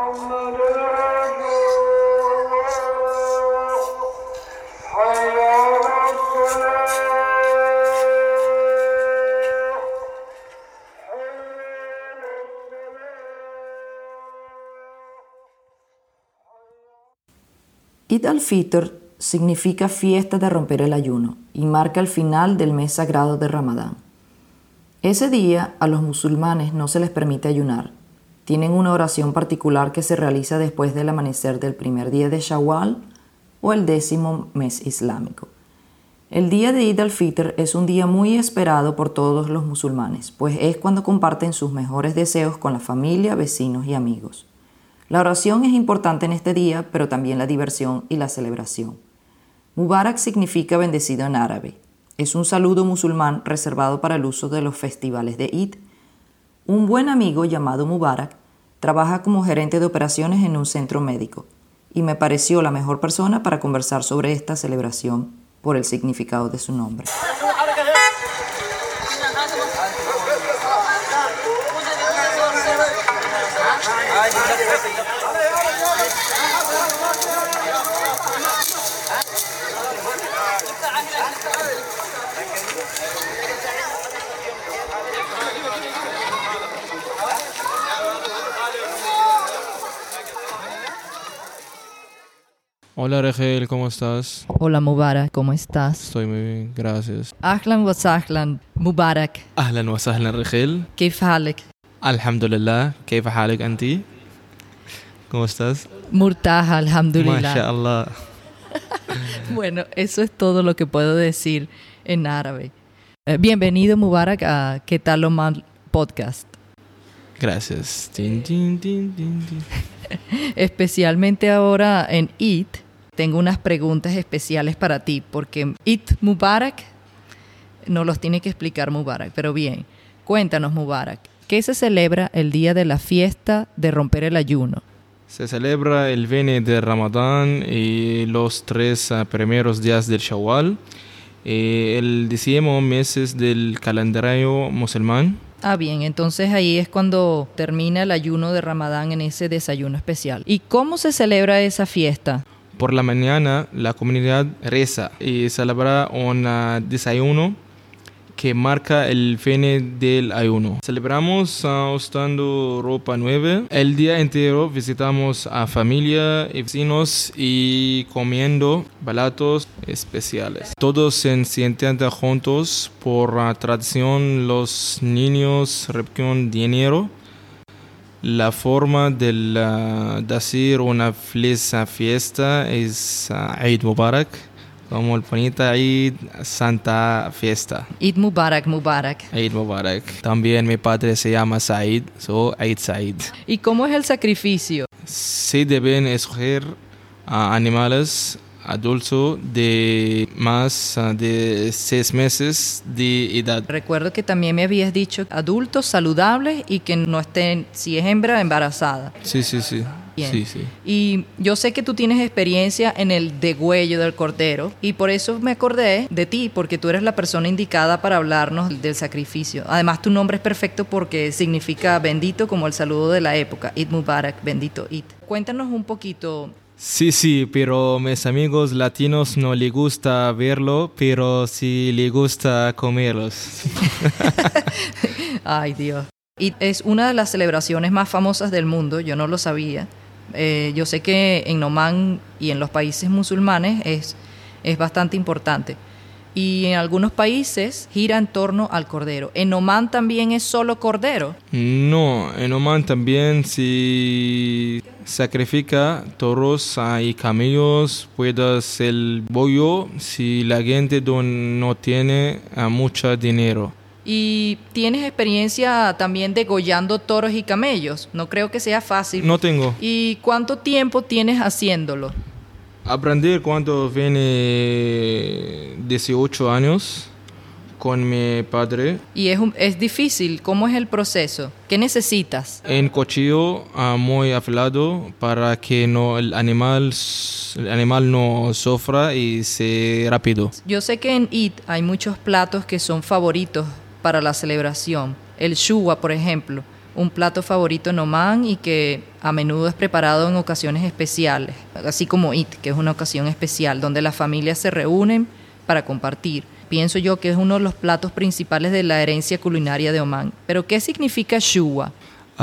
Eid al-Fitr significa fiesta de romper el ayuno y marca el final del mes sagrado de Ramadán. Ese día a los musulmanes no se les permite ayunar. Tienen una oración particular que se realiza después del amanecer del primer día de Shawwal o el 10º mes islámico. El día de Eid al-Fitr es un día muy esperado por todos los musulmanes, pues es cuando comparten sus mejores deseos con la familia, vecinos y amigos. La oración es importante en este día, pero también la diversión y la celebración. Mubarak significa bendecido en árabe. Es un saludo musulmán reservado para el uso de los festivales de Eid. Un buen amigo llamado Mubarak trabaja como gerente de operaciones en un centro médico y me pareció la mejor persona para conversar sobre esta celebración por el significado de su nombre. Hola Regel, ¿cómo estás? Hola Mubarak, ¿cómo estás? Estoy muy bien, gracias. Ahlan wa sahlan Mubarak. أهلا وسهلا رخيل. كيف حالك؟ الحمد لله. كيف حالك أنت؟ ¿Cómo estás? Murtaja, alhamdulillah. Mashallah. Bueno, eso es todo lo que puedo decir en árabe. Bienvenido Mubarak a ¿Qué tal Oman Podcast? Gracias. Tin, tin, tin, tin, tin. Especialmente ahora en Eid, tengo unas preguntas especiales para ti, porque Eid Mubarak nos los tiene que explicar Mubarak. Pero bien, cuéntanos Mubarak, ¿qué se celebra el día de la fiesta de romper el ayuno? Se celebra el 20 de Ramadán y los 3 primeros días del Shawwal, el 10º mes del calendario musulmán. Ah, bien, entonces ahí es cuando termina el ayuno de Ramadán en ese desayuno especial. ¿Y cómo se celebra esa fiesta? Por la mañana la comunidad reza y celebra un desayuno que marca el fin del ayuno. Celebramos usando ropa nueva. El día entero visitamos a familia y vecinos y comiendo platos especiales. Todos se sientan juntos. Por tradición, los niños recogen dinero. La forma de decir una feliz fiesta es Eid Mubarak. Como el bonita Eid, Santa Fiesta. Eid Mubarak, Mubarak. Eid Mubarak. También mi padre se llama Said, Eid Said. ¿Y cómo es el sacrificio? Se deben escoger animales adultos de más de 6 meses de edad. Recuerdo que también me habías dicho adultos saludables y que no estén, si es hembra, embarazada. Sí. Bien. Sí. Y yo sé que tú tienes experiencia en el degüello del cordero y por eso me acordé de ti, porque tú eres la persona indicada para hablarnos del sacrificio. Además, tu nombre es perfecto porque significa bendito, como el saludo de la época. Eid Mubarak, bendito Eid. Cuéntanos un poquito. Sí, pero mis amigos latinos no les gusta verlo, pero sí les gusta comerlos. Ay, Dios. Eid es una de las celebraciones más famosas del mundo, yo no lo sabía. Yo sé que en Omán y en los países musulmanes es bastante importante. Y en algunos países gira en torno al cordero. ¿En Omán también es solo cordero? No, en Omán también se sacrifica toros y camellos, puede ser bollo si la gente no tiene mucho dinero. ¿Y tienes experiencia también degollando toros y camellos? No creo que sea fácil. No tengo. ¿Y cuánto tiempo tienes haciéndolo? Aprendí cuando vine 18 años con mi padre. ¿Y es difícil? ¿Cómo es el proceso? ¿Qué necesitas? Un cuchillo muy afilado para que el animal no sufra y sea rápido. Yo sé que en Eid hay muchos platos que son favoritos para la celebración. El shuwa, por ejemplo. un plato favorito en Omán y que a menudo es preparado en ocasiones especiales, así como Eid, que es una ocasión especial, donde las familias se reúnen para compartir. Pienso yo que es uno de los platos principales de la herencia culinaria de Omán. ¿Pero qué significa shua?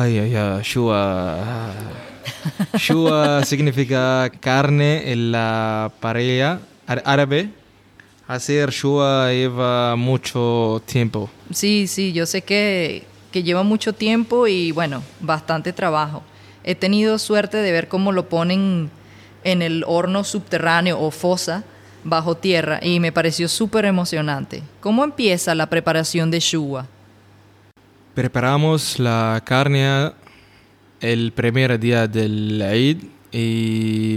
Shua. Shua significa carne en la paella árabe. Hacer shua lleva mucho tiempo. Sí, yo sé que lleva mucho tiempo y, bueno, bastante trabajo. He tenido suerte de ver cómo lo ponen en el horno subterráneo o fosa bajo tierra y me pareció súper emocionante. ¿Cómo empieza la preparación de shua? Preparamos la carne el primer día del Eid y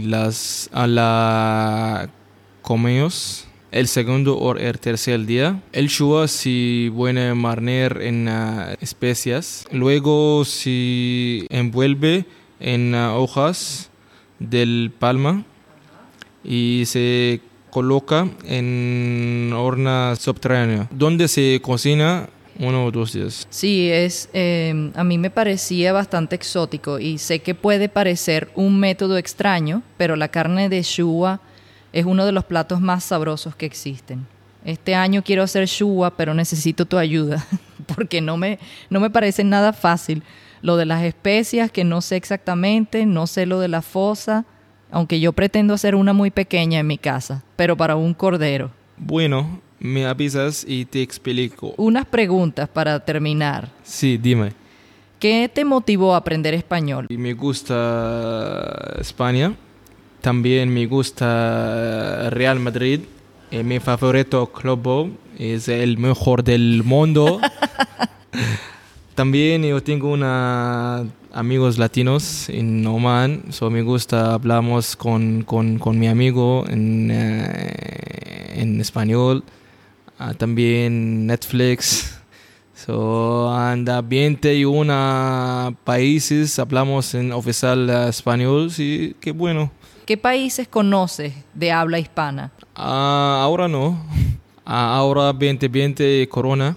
la comemos el segundo o el tercer día. El shua se puede marinar en especias. Luego se envuelve en hojas del palma y se coloca en horno subterráneo, donde se cocina 1 o 2 días. Sí, a mí me parecía bastante exótico y sé que puede parecer un método extraño, pero la carne de shua es uno de los platos más sabrosos que existen. Este año quiero hacer shua, pero necesito tu ayuda, porque no me parece nada fácil. Lo de las especias, que no sé exactamente, no sé lo de la fosa, aunque yo pretendo hacer una muy pequeña en mi casa, pero para un cordero. Bueno, me avisas y te explico. Unas preguntas para terminar. Sí, dime. ¿Qué te motivó a aprender español? Me gusta España. También me gusta Real Madrid. Mi favorito club es el mejor del mundo. También yo tengo amigos latinos en Oman. Me gusta, hablamos con mi amigo en español. También Netflix. Anda 21 países hablamos en oficial español. Sí, qué bueno. ¿Qué países conoces de habla hispana? Ahora no. Ahora 2020 corona.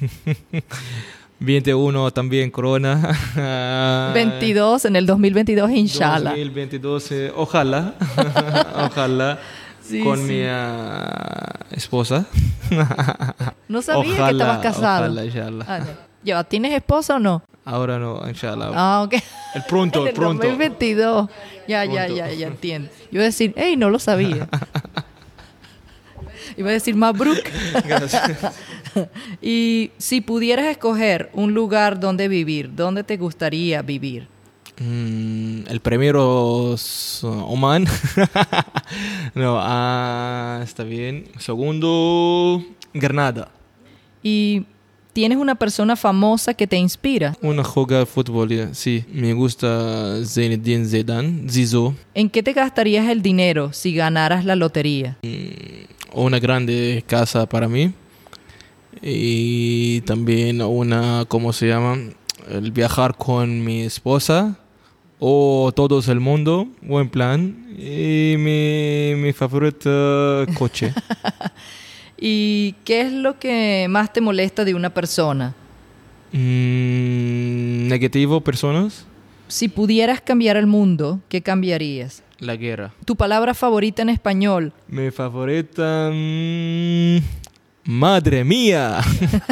21 también corona. 22 en el 2022, inshallah. 2022, ojalá. Ojalá. Sí, con sí. mi esposa. No sabía que estabas casado. Ojalá, inshallah. ¿Ya tienes esposa o no? Ahora no, inshallah. Ok. El pronto. 2022. Ya entiendo. Yo iba a decir, hey, no lo sabía. Iba a decir Mabruk. Gracias. Y si pudieras escoger un lugar donde vivir, ¿dónde te gustaría vivir? El primero es Oman. No, está bien. Segundo, Granada. ¿Y tienes una persona famosa que te inspira? Una juega de fútbol, sí. Me gusta Zinedine Zidane, Zizou. ¿En qué te gastarías el dinero si ganaras la lotería? Una grande casa para mí. Y también ¿cómo se llama? El viajar con mi esposa o todo el mundo, buen plan. Y mi favorito coche. ¿Y qué es lo que más te molesta de una persona? Negativo, personas. Si pudieras cambiar el mundo, ¿qué cambiarías? La guerra. ¿Tu palabra favorita en español? Mi favorita... ¡Madre mía!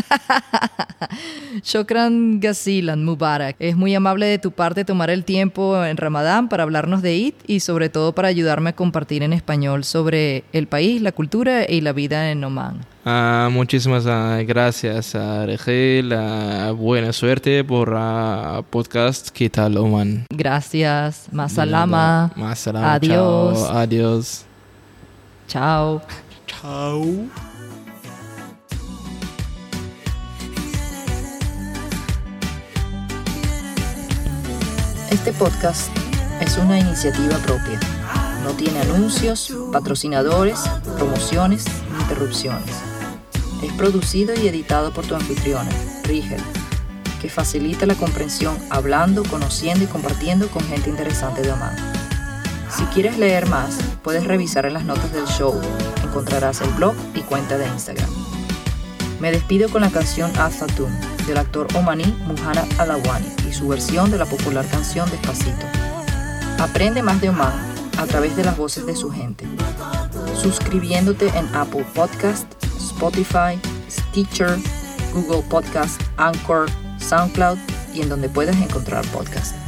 Shokran Gazilan Mubarak. Es muy amable de tu parte tomar el tiempo en Ramadán para hablarnos de Eid y sobre todo para ayudarme a compartir en español sobre el país, la cultura y la vida en Omán. Muchísimas gracias, Regel. Buena suerte por podcast. ¿Qué tal, Oman? Gracias. Masalama. Masalama. Adiós. Chao. Adiós. Chao. Chao. Este podcast es una iniciativa propia. No tiene anuncios, patrocinadores, promociones ni interrupciones. Es producido y editado por tu anfitriona, Rigel, que facilita la comprensión hablando, conociendo y compartiendo con gente interesante de Omán. Si quieres leer más, puedes revisar en las notas del show. Encontrarás el blog y cuenta de Instagram. Me despido con la canción Azatun del actor omaní Muhannad Alawani y su versión de la popular canción Despacito. Aprende más de Oman a través de las voces de su gente, suscribiéndote en Apple Podcast, Spotify, Stitcher, Google Podcast, Anchor, SoundCloud y en donde puedas encontrar podcasts.